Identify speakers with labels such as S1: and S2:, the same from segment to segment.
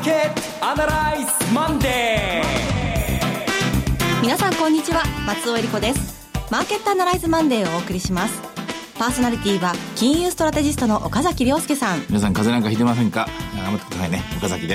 S1: ーケットアナライズマンデー。
S2: 皆さんこんにちは、松尾恵理子です。マーケットアナライズマンデーをお送りします。パーソナリティは金融ストラテジストの岡崎亮介さん。
S3: 皆さん風邪なんかひいてませんか？頑張ってくださいね。岡崎です。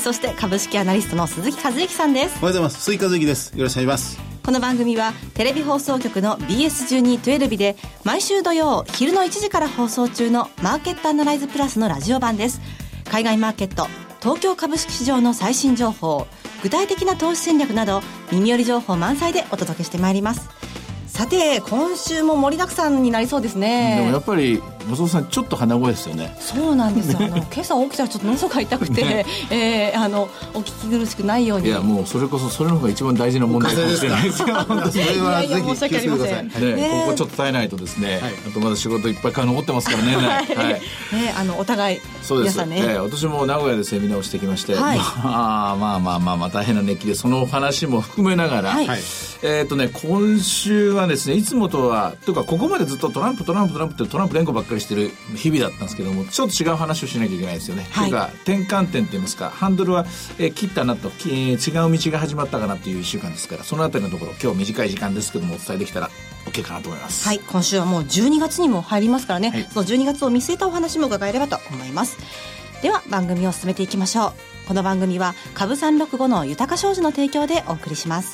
S2: そして株式アナリストの鈴木和之さんです。
S4: おはようございます。鈴木和之です。よろしくお願いします。
S2: この番組はテレビ放送局の BS12-12 で毎週土曜昼の1時から放送中のマーケットアナライズプラスのラジオ版です。海外マーケット、東京株式市場の最新情報、具体的な投資戦略など耳寄り情報満載でお届けしてまいります。さて今週も盛りだくさんになりそうですね。
S3: でもやっぱり松尾さんちょっと鼻声ですよね。
S2: そうなんです今朝起きたらちょっと喉が痛くて、ねお聞き苦しくないように。
S3: いやもうそれこそそれの方が一番大事な問題かもしれないですよ。
S4: それはぜひ
S2: 申し訳ありません、
S3: ここちょっと耐えないとですね、あとまだ仕事いっぱい残ってますからね。
S2: お互い
S3: そうです。
S2: 皆さんね、
S3: 私も名古屋でセミナーをしてきまして、
S2: はい、
S3: まあ大変な熱気でその話も含めながら、今週はですね、いつもとはというかここまでずっとトランプ連呼ばっかりしてる日々だったんですけども、ちょっと違う話をしなきゃいけないですよね。というか転換点といいますか、ハンドルは、切ったなと、違う道が始まったかなという1週間ですから、そのあたりのところ今日短い時間ですけどもお伝えできたら OK かなと思います。
S2: はい、今週はもう12月にも入りますからね、その12月を見据えたお話も伺えればと思います。では番組を進めていきましょう。この番組は株365の豊か商事の提供でお送りします。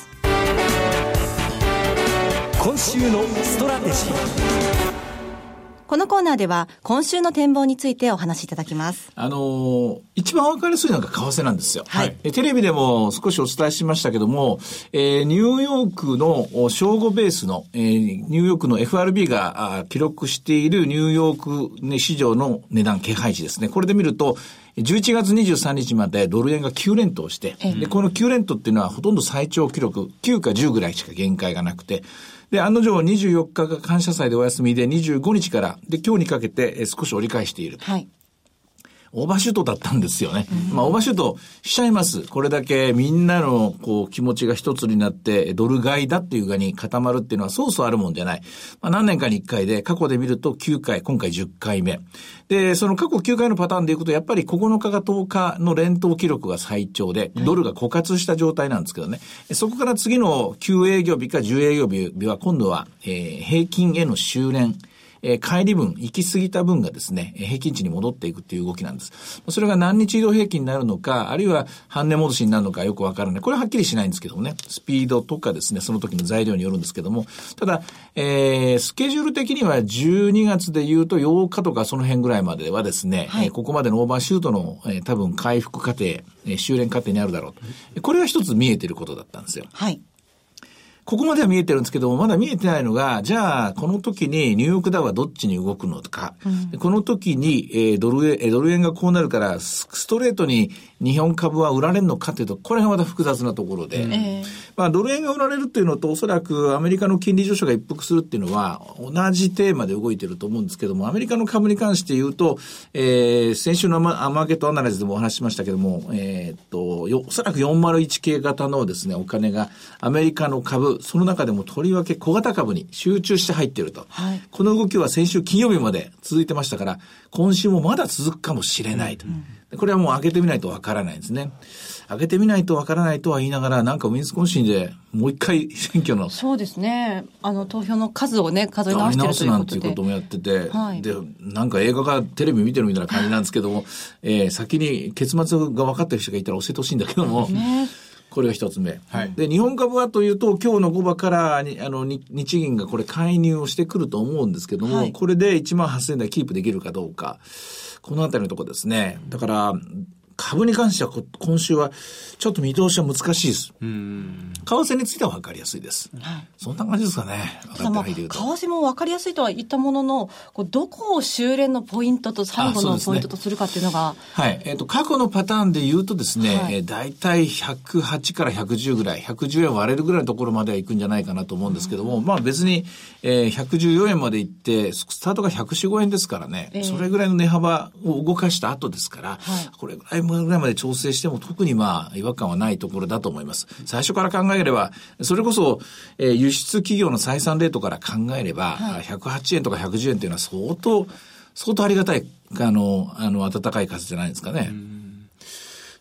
S1: 今週のストラテジー。
S2: このコーナーでは今週の展望についてお話しいただきます。
S3: 一番わかりやすいのが為替なんですよ。
S2: はい、
S3: テレビでも少しお伝えしましたけども、ニューヨークの正午ベースの、ニューヨークの FRB が記録しているニューヨーク、市場の値段形配値ですね。これで見ると11月23日までドル円が9連投して、でこの9連投っていうのはほとんど最長記録9か10ぐらいしか限界がなくて、で案の定24日が感謝祭でお休みで25日からで今日にかけて少し折り返している。はい、オーバーシュートだったんですよね。オーバーシュートしちゃいます。これだけみんなの気持ちが一つになってドル買いだっていう側に固まるっていうのはそうそうあるもんじゃない。何年かに1回で、過去で見ると9回、今回10回目。で、その過去9回のパターンでいくとやっぱり9日か10日の連投記録が最長で、ドルが枯渇した状態なんですけどね。そこから次の9営業日か10営業日は今度は、平均への修練。帰り分、行き過ぎた分がですね、平均値に戻っていくっていう動きなんです。それが何日移動平均になるのか、あるいは半値戻しになるのかよくわからない。これははっきりしないんですけどもね、スピードとかですね、その時の材料によるんですけども、ただ、スケジュール的には12月で言うと8日とかその辺ぐらいまではですね、ここまでのオーバーシュートの、多分回復過程、修練過程にあるだろうと。これは一つ見えていることだったんですよ。はい。ここまでは見えてるんですけども、まだ見えてないのが、じゃあ、この時にニューヨークダウはどっちに動くのか、この時に、ドル円がこうなるから、ストレートに日本株は売られるのかというと、これがまた複雑なところで、ドル円が売られるっていうのと、おそらくアメリカの金利上昇が一服するっていうのは、同じテーマで動いてると思うんですけども、アメリカの株に関して言うと、先週のマーケットアナライズでもお話ししましたけども、おそらく401系型のですね、お金がアメリカの株、その中でもとりわけ小型株に集中して入っていると、この動きは先週金曜日まで続いてましたから、今週もまだ続くかもしれないと。これはもう開けてみないとわからないですね。開けてみないとわからないとは言いながら、なんかウィスコンシンでもう一回選挙の
S2: そうですね、投票の数をね数え直してるということで
S3: なんていうこともやってて、でなんか映画がテレビ見てるみたいな感じなんですけども、先に結末が分かってる人がいたら教えてほしいんだけども、これが一つ目、で日本株はというと今日の5場から日銀がこれ介入をしてくると思うんですけども、これで1万8000円台キープできるかどうか、このあたりのところですね。だから株に関しては今週はちょっと見通しは難しいです。為替については分かりやすいです。そんな感じですかね。為
S2: 替も分かりやすいとは言ったものの、どこを修練のポイントと最後のポイントとするかっていうのが、
S3: 過去のパターンで言うとですね、だいたい108から110ぐらい、110円割れるぐらいのところまでは行くんじゃないかなと思うんですけども、別に、114円まで行ってスタートが145円ですからね、それぐらいの値幅を動かした後ですから、これぐらいまで調整しても特に違和感はないところだと思います。最初から考えれば、それこそ、輸出企業の採算レートから考えれば、108円とか110円というのは相当ありがたい、暖かい風じゃないですかね。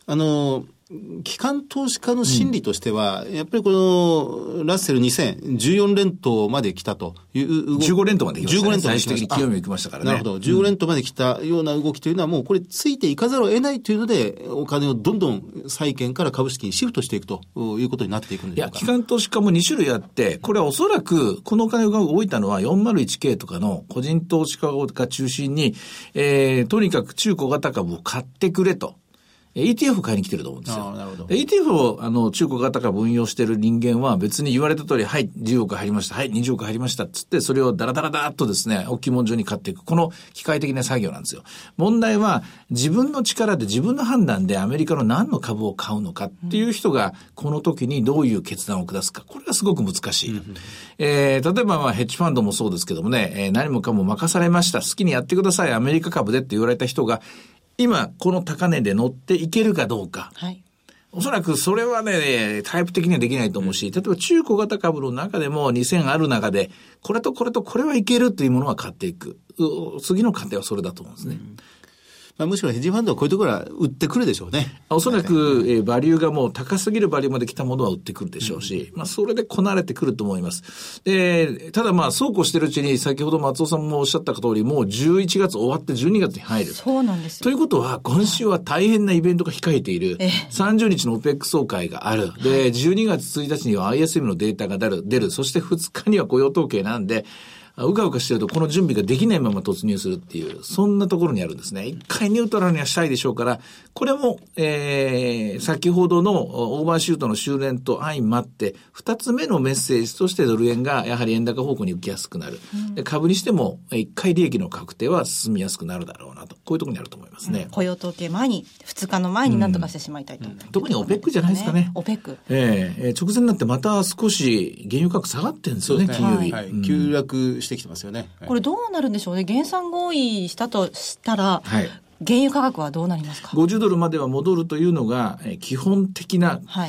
S4: 機関投資家の心理としては、やっぱりこのラッセル2014連投まで来たという動き。
S3: 15連投まで来ましたね。
S4: 15連投
S3: 最終的に清め行きましたからね。
S4: なるほど。15連投まで来たような動きというのはもうこれついていかざるを得ないというので、お金をどんどん債券から株式にシフトしていくということになっていくんでしょうか。
S3: いや、機関投資家も2種類あって、これはおそらくこのお金が動いたのは 401K とかの個人投資家が中心に、とにかく中小型株を買ってくれと。ETF 買いに来てると思うんですよ。
S4: なるほど。
S3: ETF を中小型株運用してる人間は別に言われた通り、はい、10億入りました、はい、20億入りましたっつって、それをダラダラダーっとですね、大きいもん順に買っていく。この機械的な作業なんですよ。問題は自分の力で自分の判断でアメリカの何の株を買うのかっていう人が、この時にどういう決断を下すか。これがすごく難しい。例えばヘッジファンドもそうですけどもね、何もかも任されました。好きにやってください、アメリカ株でって言われた人が、今、この高値で乗っていけるかどうか。はい。おそらくそれはね、タイプ的にはできないと思うし、例えば中小型株の中でも2000ある中で、これとこれとこれはいけるというものは買っていく。次の過程はそれだと思うんですね。
S4: むしろヘッジファンドはこういうところは売ってくるでしょうね。
S3: おそらく、バリューがもう高すぎるバリューまで来たものは売ってくるでしょうし、それでこなれてくると思います。で、ただそうこうしてるうちに、先ほど松尾さんもおっしゃった通り、もう11月終わって12月に入る。
S2: そうなんですよ。
S3: ということは、今週は大変なイベントが控えている。30日の OPEC 総会がある。で、12月1日には ISM のデータが出る。そして2日には雇用統計なんで、うかうかしてるとこの準備ができないまま突入するっていう、そんなところにあるんですね。一回ニュートラルにはしたいでしょうから、これも、先ほどのオーバーシュートの修練と相まって、二つ目のメッセージとしてドル円がやはり円高方向に浮きやすくなる。で株にしても一回利益の確定は進みやすくなるだろうなと。こういうところにあると思いますね。
S2: 雇用統計前に、2日の前に何とかしてしまいたいと。
S3: 特に OPEC じゃないですかね。
S2: OPEC。
S3: 直前になってまた少し原油価格下がってるんですよね、金曜日。
S4: はい。急落してきてますよね。
S2: これどうなるんでしょうね。減産合意したとしたら、
S3: はい、
S2: 原油価格はどうなりますか。
S3: 50ドルまでは戻るというのが、基本的な、はい、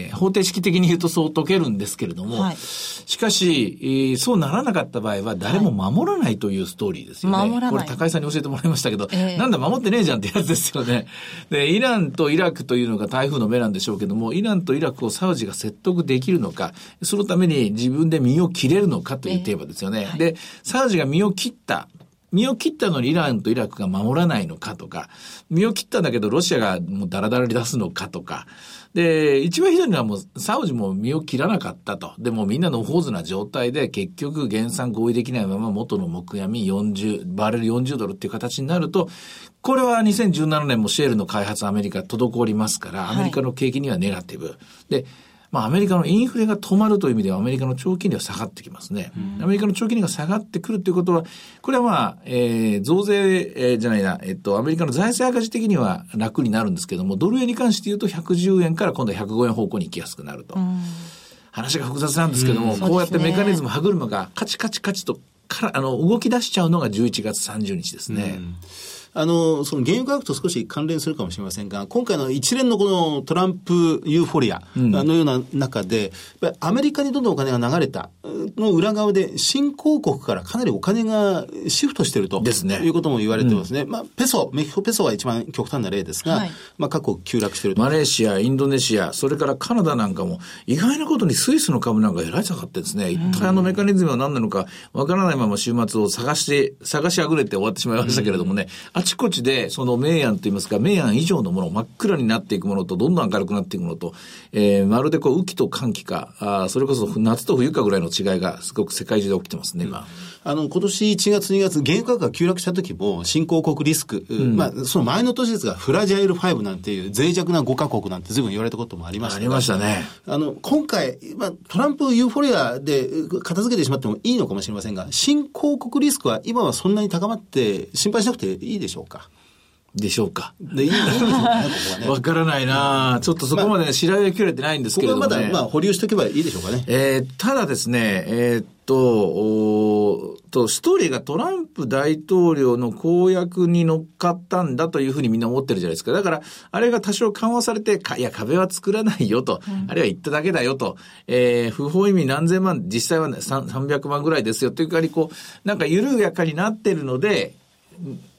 S3: 方程式的に言うとそう解けるんですけれども、はい、しかし、そうならなかった場合は誰も守らないというストーリーですよね。
S2: 守らない。
S3: これ高井さんに教えてもらいましたけど、なんだ守ってねえじゃんってやつですよね。で、イランとイラクというのが台風の目なんでしょうけども、イランとイラクをサウジが説得できるのか、そのために自分で身を切れるのかというテーマですよね。はい、で、サウジが身を切ったのにイランとイラクが守らないのかとか、身を切ったんだけどロシアがもうダラダラに出すのかとか、で、一番ひどいのはもうサウジも身を切らなかったと。でもみんなのほうずな状態で結局減産合意できないまま元の木闇バレル40ドルっていう形になると、これは2017年もシェールの開発アメリカ滞りますから、アメリカの景気にはネガティブ。で、アメリカのインフレが止まるという意味ではアメリカの長期金利は下がってきますね。アメリカの長期金利が下がってくるということは、これは増税、アメリカの財政赤字的には楽になるんですけども、ドル円に関して言うと110円から今度は105円方向に行きやすくなると。話が複雑なんですけども、こうやってメカニズム、歯車がカチカチカチと動き出しちゃうのが11月30日ですね。
S4: その原油価格と少し関連するかもしれませんが、今回の一連のこのトランプユーフォリアのような中で、アメリカにどんどんお金が流れたの裏側で、新興国からかなりお金がシフトしているということも言われてますね。メキシコペソは一番極端な例ですが、過去急落していると。
S3: マレーシア、インドネシア、それからカナダなんかも、意外なことにスイスの株なんかえらい下がってですね、一体メカニズムは何なのかわからないまま週末を探しあぐれて終わってしまいましたけれどもね、あちこちでその明暗といいますか、明暗以上のもの、真っ暗になっていくものと、どんどん明るくなっていくものと、まるで雨季と寒季か、それこそ夏と冬かぐらいの違いがすごく世界中で起きてますね、今。
S4: 今年1月2月、原油価格が急落した時も、新興国リスク、その前の年ですが、フラジャイル5なんていう脆弱な5カ国なんて随分言われたこともありました。
S3: ありましたね。
S4: 今回、トランプユーフォリアで片付けてしまってもいいのかもしれませんが、新興国リスクは今はそんなに高まって心配しなくていいでしょうか。
S3: でしょうか。
S4: でいいでしょうかね、ここはね。
S3: わからないな、ちょっとそこまで調べきれてないんですけれどもね。
S4: ここはまだ保留しておけばいいでしょうかね。
S3: ただですね、ストーリーがトランプ大統領の公約に乗っかったんだというふうにみんな思ってるじゃないですか。だから、あれが多少緩和されて、いや、壁は作らないよと、あるいは言っただけだよと、不法移民何千万、実際は、ね、300万ぐらいですよというかに、なんか緩やかになってるので、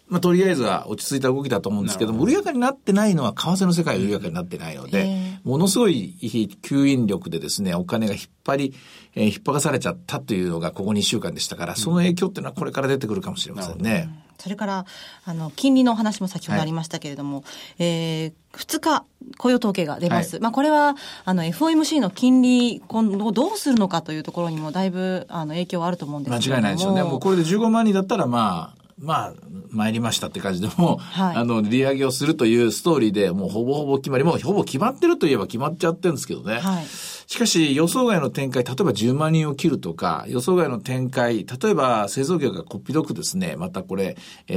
S3: とりあえずは落ち着いた動きだと思うんですけども、緩やかになってないのは為替の世界が緩やかになってないので、ものすごい吸引力でですね、お金が引っ張かされちゃったというのがここ2週間でしたから、その影響っていうのはこれから出てくるかもしれませんね。
S2: それから金利のお話も先ほどありましたけれども、2日雇用統計が出ます。これはFOMC の金利今後どうするのかというところにもだいぶ影響はあると思うんですけれども。
S3: 間違いないですよね。もうこれで15万人だったら参りましたって感じでも、利上げをするというストーリーでもうほぼほぼ決まり、もうほぼ決まってるといえば決まっちゃってるんですけどね。しかし予想外の展開、例えば10万人を切るとか、予想外の展開、例えば製造業がこっぴどくですね、またこれ、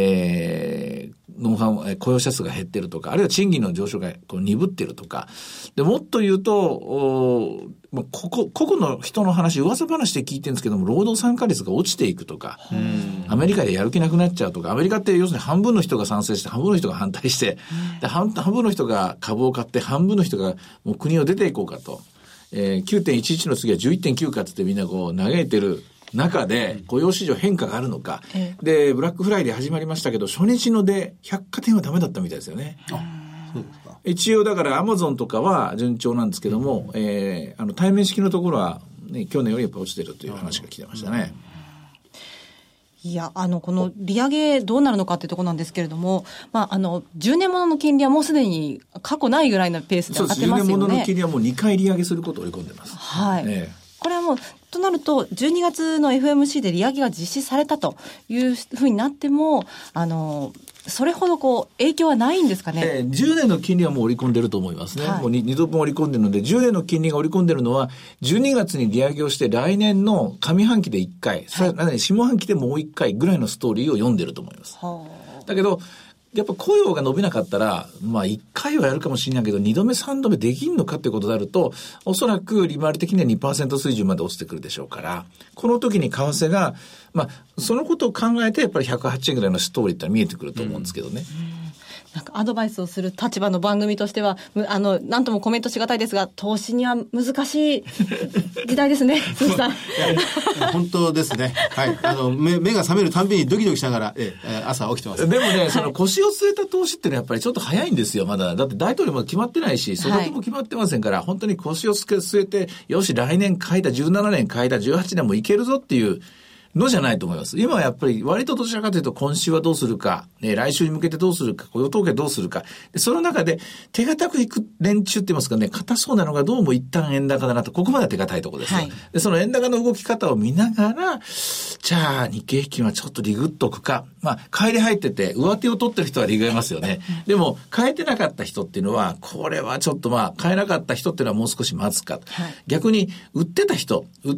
S3: 雇用者数が減ってるとか、あるいは賃金の上昇が鈍ってるとか、でもっと言うと、個々の人の話、噂話で聞いてるんですけども、労働参加率が落ちていくとか、アメリカでやる気なくなっちゃうとか、アメリカって要するに半分の人が賛成して、半分の人が反対して、で半分の人が株を買って、半分の人がもう国を出ていこうかと。9.11 の次は 11.9 かってみんな嘆いてる中で雇用市場変化があるのか、でブラックフライデー始まりましたけど、初日ので百貨店はダメだったみたいですよね。そうですか。一応だからアマゾンとかは順調なんですけども、対面式のところは、ね、去年よりやっぱ落ちてるという話が来てましたね。
S2: いや、この利上げどうなるのかっていうところなんですけれども、10年ものの金利はもうすでに過去ないぐらいのペースで上がってますよね。
S3: 10年ものの金利はもう2回利上げすることを織り込んでます。
S2: これはもう、となると、12月の FOMC で利上げが実施されたというふうになっても、それほど影響はないんですかね。
S3: 10年の金利はもう織り込んでると思いますね。もう2度分織り込んでるので、10年の金利が織り込んでるのは、12月に利上げをして来年の上半期で1回、下半期でもう1回ぐらいのストーリーを読んでると思います。だけど、やっぱ雇用が伸びなかったら、1回はやるかもしれないけど、2度目、3度目できんのかっていうことになると、おそらく利回り的には 2% 水準まで落ちてくるでしょうから、この時に為替が、そのことを考えて、やっぱり108円ぐらいのストーリーって見えてくると思うんですけどね。
S2: なんかアドバイスをする立場の番組としては、なんともコメントしがたいですが、投資には難しい時代ですね、鈴木さん。
S4: 本当ですね。はい。目が覚めるたんびにドキドキしながら、朝起きてます。
S3: でもね、その腰を据えた投資ってのはやっぱりちょっと早いんですよ、まだ。だって大統領も決まってないし、組閣も決まってませんから、本当に腰を据えて、よし、来年買いだ、17年買いだ、18年もいけるぞっていう、のじゃないと思います。今はやっぱり割とどちらかというと今週はどうするか、来週に向けてどうするか、雇用統計どうするか。でその中で手堅くいく連中って言いますかね、硬そうなのがどうも一旦円高だなと、ここまでは手堅いところですよ。で、その円高の動き方を見ながら、じゃあ日経平均はちょっとリグっとくか。買いで入ってて上手を取ってる人はリグえますよね。でも、買えてなかった人っていうのは、これはちょっと買えなかった人っていうのはもう少し待つか。逆に、売ってた人、売って、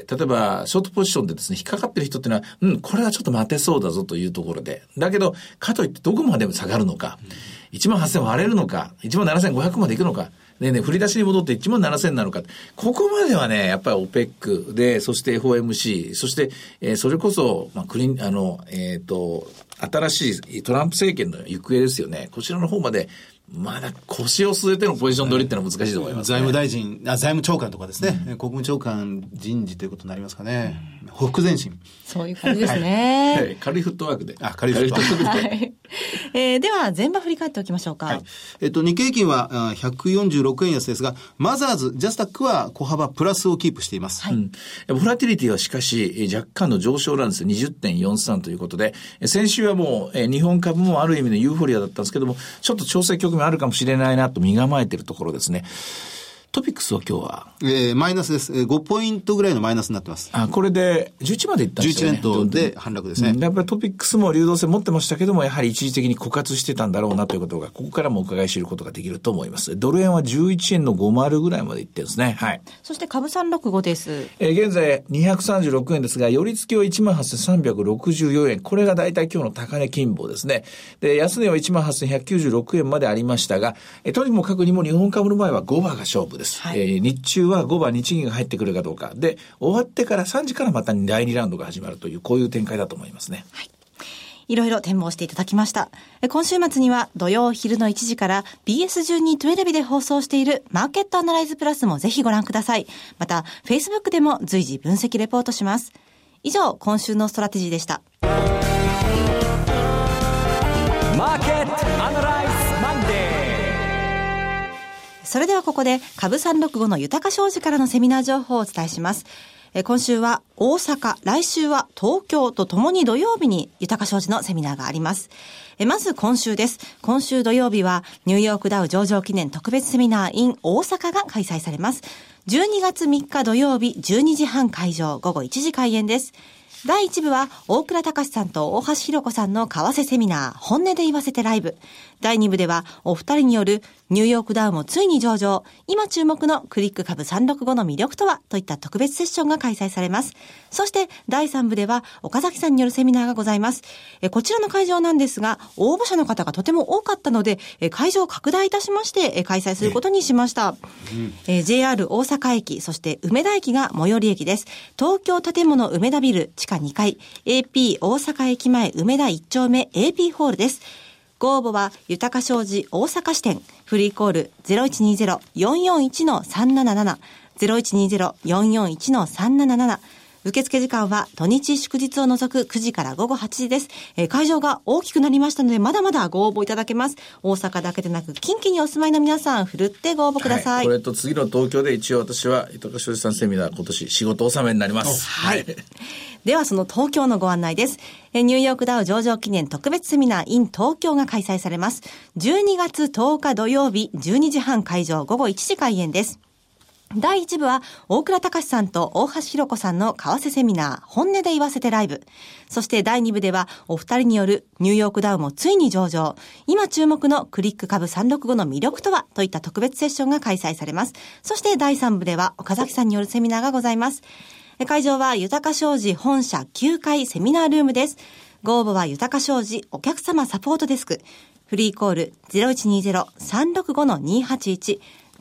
S3: 例えばショートポジションでですね、引っかかってる人っていうのは、これはちょっと待てそうだぞというところで。だけど、かといってどこまでも下がるのか、18,000割れるのか、17,500までいくのか、振り出しに戻って17,000なのか。ここまではね、やっぱり OPEC で、そして FOMC、そして、それこそ、新しいトランプ政権の行方ですよね。こちらの方まで、まだ腰を据えてのポジション取りってのは難しいと思います、ね。
S4: 財務長官とかですね、国務長官人事ということになりますかね。ほふ前進。
S2: そういう感じですね。
S3: 軽いフットワークで。
S4: 軽いフットワーク
S2: で。では、前場振り返っておきましょうか。
S4: 日経平均は146円安ですが、マザーズ、ジャスタックは小幅プラスをキープしています。
S3: ボラティリティはしかし、若干の上昇なんですよ。20.43 ということで、先週はもう、日本株もある意味のユーフォリアだったんですけども、ちょっと調整局面あるかもしれないなと身構えているところですね。トピックスは今日は、
S4: マイナスです。5ポイントぐらいのマイナスになってます。
S3: これで11までいったんですよね。
S4: 11連投で反落ですね。
S3: やっぱりトピックスも流動性持ってましたけども、やはり一時的に枯渇してたんだろうなということが、ここからも伺い知ることができると思います。ドル円は11円の50ぐらいまでいってるんですね。
S2: そして株365です。
S3: 現在236円ですが、寄り付きは 18,364 円。これが大体今日の高値金棒ですね。で、安値は 18,196 円までありましたが、とにもかくにも日本株の場合は5番が勝負です。日中は5番日銀が入ってくるかどうかで、終わってから3時からまた第2ラウンドが始まるという、こういう展開だと思いますね。
S2: いろいろ展望していただきました。今週末には土曜昼の1時から BS12 トゥエルビで放送しているマーケットアナライズプラスもぜひご覧ください。また Facebook でも随時分析レポートします。以上、今週のストラテジーでした。 それではここで株365の豊か商事からのセミナー情報をお伝えします。今週は大阪、来週は東京とともに土曜日に豊か商事のセミナーがあります。まず今週です。今週土曜日はニューヨークダウ上場記念特別セミナー in 大阪が開催されます。12月3日土曜日12時半会場、午後1時開演です。第1部は大倉隆さんと大橋ひろ子さんの為替セミナー本音で言わせてライブ。第2部ではお二人によるニューヨークダウもついに上場、今注目のクリック株365の魅力とはといった特別セッションが開催されます。そして第3部では岡崎さんによるセミナーがございます。こちらの会場なんですが応募者の方がとても多かったので会場を拡大いたしまして開催することにしました。JR 大阪駅、そして梅田駅が最寄り駅です。東京建物梅田ビル地下2階 AP 大阪駅前梅田1丁目 AP ホールです。ご応募は豊か商事大阪支店、フリーコール 0120-441-377 0120-441-377。受付時間は土日祝日を除く9時から午後8時です。会場が大きくなりましたのでまだまだご応募いただけます。大阪だけでなく近畿にお住まいの皆さんふるってご応募ください。
S3: これと次の東京で一応私は豊か商事さんセミナー今年仕事納めになります。
S2: はい。ではその東京のご案内です。ニューヨークダウ上場記念特別セミナー in 東京が開催されます。12月10日土曜日12時半会場、午後1時開演です。第1部は大倉隆さんと大橋ひろ子さんの為替セミナー本音で言わせてライブ。そして第2部ではお二人によるニューヨークダウもついに上場、今注目のクリック株365の魅力とはといった特別セッションが開催されます。そして第3部では岡崎さんによるセミナーがございます。会場は豊か商事本社9階セミナールームです。ご応募は豊か商事お客様サポートデスク、フリーコール 0120-365-281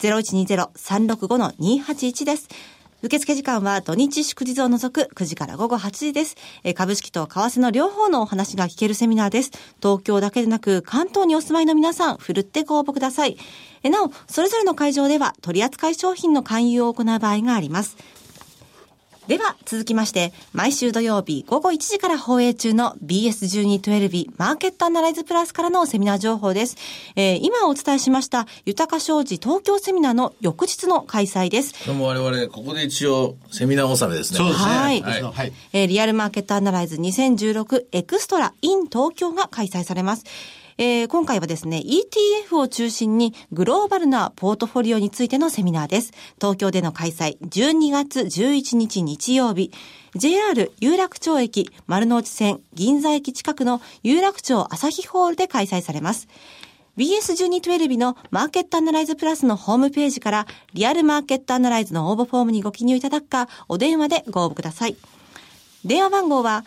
S2: 0120-365-281 です。受付時間は土日祝日を除く9時から午後8時です。株式と為替の両方のお話が聞けるセミナーです。東京だけでなく関東にお住まいの皆さん、ふるってご応募ください。なお、それぞれの会場では取扱商品の勧誘を行う場合があります。では続きまして毎週土曜日午後1時から放映中の BS1212 マーケットアナライズプラスからのセミナー情報です。今お伝えしました豊か商事東京セミナーの翌日の開催です。
S3: これも我々ここで一応セミナー納めですね。
S4: そうですね。
S2: はい、
S4: はい。
S2: リアルマーケットアナライズ2016エクストラ in 東京が開催されます。今回はですね ETF を中心にグローバルなポートフォリオについてのセミナーです。東京での開催12月11日日曜日 JR 有楽町駅丸の内線銀座駅近くの有楽町朝日ホールで開催されます。BS1212 のマーケットアナライズプラスのホームページからリアルマーケットアナライズの応募フォームにご記入いただくかお電話でご応募ください。電話番号は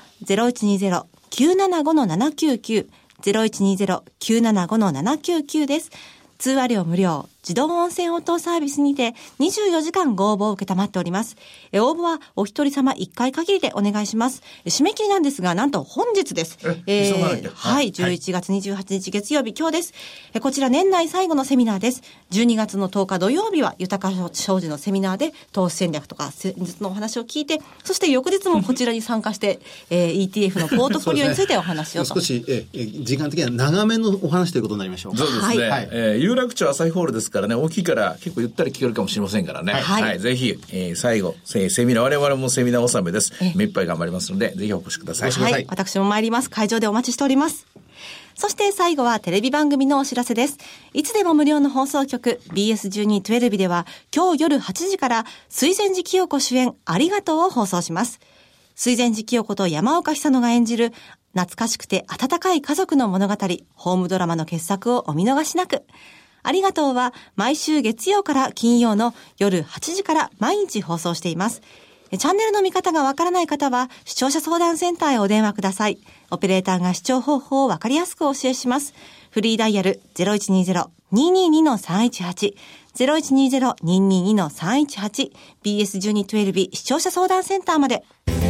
S2: 0120-975-7990120-975-799 です。通話料無料、自動音声応答サービスにて24時間ご応募を受けたまっております。応募はお一人様1回限りでお願いします。締め切りなんですが、なんと本日です。
S3: 急がなきゃ。
S2: はい、11月28日月曜日、今日です。こちら年内最後のセミナーです。12月の10日土曜日は豊か商事のセミナーで投資戦略とか戦術のお話を聞いて、そして翌日もこちらに参加して、ETF のポートフォリオについてお話をと。
S4: 少し、時間的には長めのお話ということになりましょう。
S3: そうですね。
S2: はい
S3: 有楽町朝日ホールですからね、大きいから結構ゆったり聞けるかもしれませんからね。
S2: はい
S3: ぜひ、最後セミナー、我々もセミナー納めです。目いっぱい頑張りますので、ぜひお越しください。
S2: はい、私も参ります。会場でお待ちしております。そして最後はテレビ番組のお知らせです。いつでも無料の放送局 BS1212 では今日夜8時から水前寺清子主演ありがとうを放送します。水前寺清子と山岡久乃が演じる懐かしくて温かい家族の物語、ホームドラマの傑作をお見逃しなく。ありがとうは毎週月曜から金曜の夜8時から毎日放送しています。チャンネルの見方がわからない方は視聴者相談センターへお電話ください。オペレーターが視聴方法をわかりやすくお教えします。フリーダイヤル 0120-222-318 0120-222-318 BS1212 視聴者相談センターまで。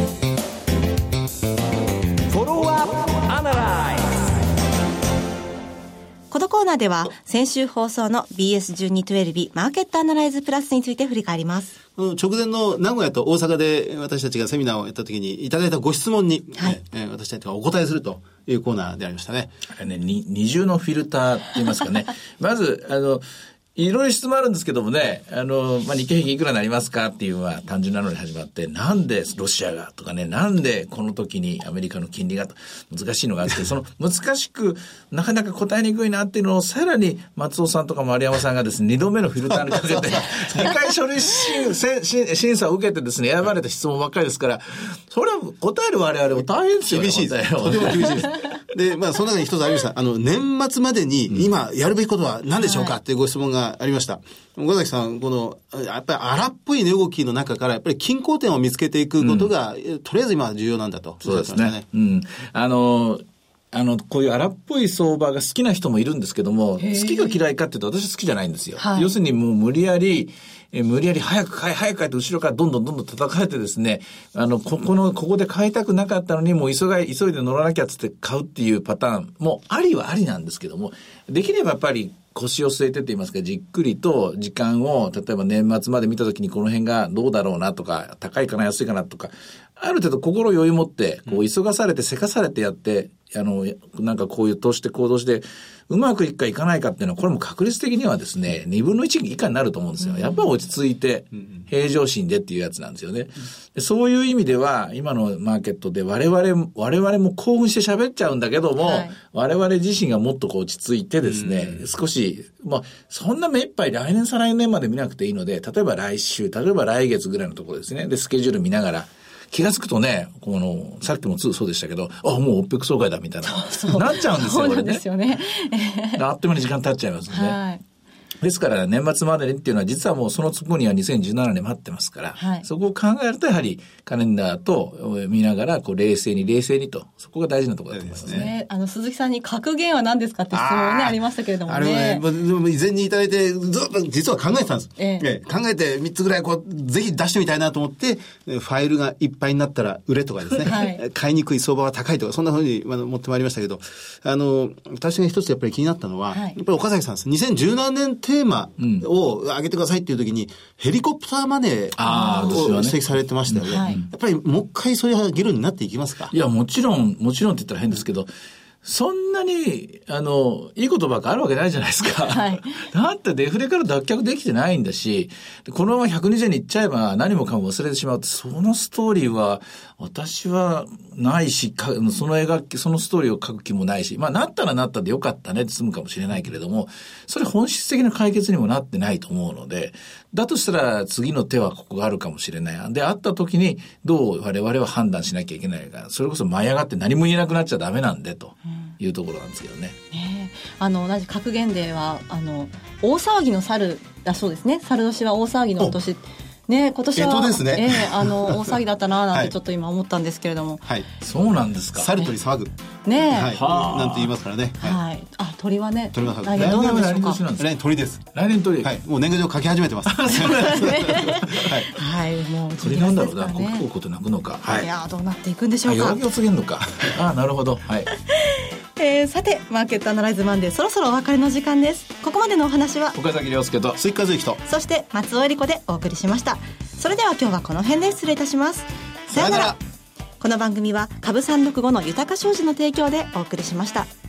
S2: このコーナーでは先週放送の BS1212 マーケットアナライズプラスについて振り返ります。
S4: 直前の名古屋と大阪で私たちがセミナーをやった時にいただいたご質問に、私たちがお答えするというコーナーでありましたね。
S3: あれね、二重のフィルターって言いますかね。まずいろいろ質問あるんですけどもね、日経平均いくらになりますかっていうのは単純なのに始まって、なんでロシアがとかね、なんでこの時にアメリカの金利がと難しいのがあって、その難しくなかなか答えにくいなっていうのをさらに松尾さんとか丸山さんがですね、2度目のフィルターにかけて、2回書類審査を受けてですね、選ばれた質問ばっかりですから、それは答える我々も大変ですよね。
S4: 厳しいです。とても厳しいです。で、その中に一つありました。年末までに今やるべきことは何でしょうかっていうご質問がありました。岡崎さん、やっぱり荒っぽい値動きの中から、やっぱり均衡点を見つけていくことが、とりあえず今は重要なんだと。
S3: そうですね。こういう荒っぽい相場が好きな人もいるんですけども、好きか嫌いかって言うと私好きじゃないんですよ。はい、要するにもう無理やり早く買えって後ろからどんどん叩かれてですね、ここで買いたくなかったのにもう急いで乗らなきゃつって買うっていうパターンもありはありなんですけども、できればやっぱり腰を据えてって言いますか、じっくりと時間を、例えば年末まで見たときにこの辺がどうだろうなとか、高いかな安いかなとか、ある程度心余裕持って、急がされてせかされてやって、なんかこういう投資で行動して、うまくいくかいかないかっていうのは、これも確率的にはですね、2分の1以下になると思うんですよ。やっぱり落ち着いて、平常心でっていうやつなんですよね。でそういう意味では、今のマーケットで我々も興奮して喋っちゃうんだけども、はい、我々自身がもっと落ち着いてですね、少し、そんな目いっぱい来年再来年まで見なくていいので、例えば来月ぐらいのところですね。で、スケジュール見ながら、気がつくとね、さっきもそうでしたけど、もうオペック総会だみたいな、なっちゃうんですよ、
S2: そうなんですよね。
S3: あっという間に時間経っちゃいますよね。
S2: はい。
S3: ですから年末までにっていうのは実はもうそのつこには2017年待ってますから、はい、そこを考えるとやはりカレンダーと見ながら冷静にと、そこが大事なところだと思いますね。
S2: 鈴木さんに格言は何ですかって質問ねありましたけれどもね。
S4: 以前にいただいてずっと実は考えてたんです。考えて3つぐらいぜひ出してみたいなと思って、ファイルがいっぱいになったら売れとかですね、はい、買いにくい相場は高いとかそんな風に持ってまいりましたけど、私が一つやっぱり気になったのは、はい、やっぱり岡崎さんです。2017年テーマを上げてくださいっていう時に、ヘリコプターマネーを指摘されてましたよね。はい、やっぱりもう一回そういう議論になっていきますか？
S3: いや、もちろんって言ったら変ですけど、そんなに、いいことばっかあるわけないじゃないですか。はい。だってデフレから脱却できてないんだし、このまま120円に行っちゃえば何もかも忘れてしまうって、そのストーリーは、私はないし、そのストーリーを書く気もないし、なったらなったでよかったねって済むかもしれないけれども、それ本質的な解決にもなってないと思うので、だとしたら次の手はここがあるかもしれない。で、あった時にどう我々は判断しなきゃいけないか、それこそ舞い上がって何も言えなくなっちゃダメなんでというところなんですけどね。
S2: 同じ格言では大騒ぎの猿だそうですね。猿年は大騒ぎの年ね、今年は
S4: ですね、
S2: 大騒ぎだったななんてちょっと今思ったんですけれども、
S3: はい、そうなんですか。
S4: 猿鳥騒ぐ
S2: ね、
S4: はい、なんて言いますからね。
S2: はい。鳥はね、
S4: 鳥は
S2: 来年どうなんでしょうか。
S4: 来年鳥です。
S3: 来年鳥。
S4: はい。もう年賀状書き始めてます。
S2: そうなんですね。はい。もう
S3: 鳥なんだろうな。国交と鳴くのか。
S2: はい。いやどうなっていくんでしょうか。
S3: 弱気を告げるのか。なるほど。はい。
S2: さてマーケットアナライズマンデー、そろそろお別れの時間です。ここまでのお話は
S3: 岡崎亮介と
S4: 鈴木和之と、
S2: そして松尾恵理子でお送りしました。それでは今日はこの辺で失礼いたします。さよなら。この番組は株365の豊か商事の提供でお送りしました。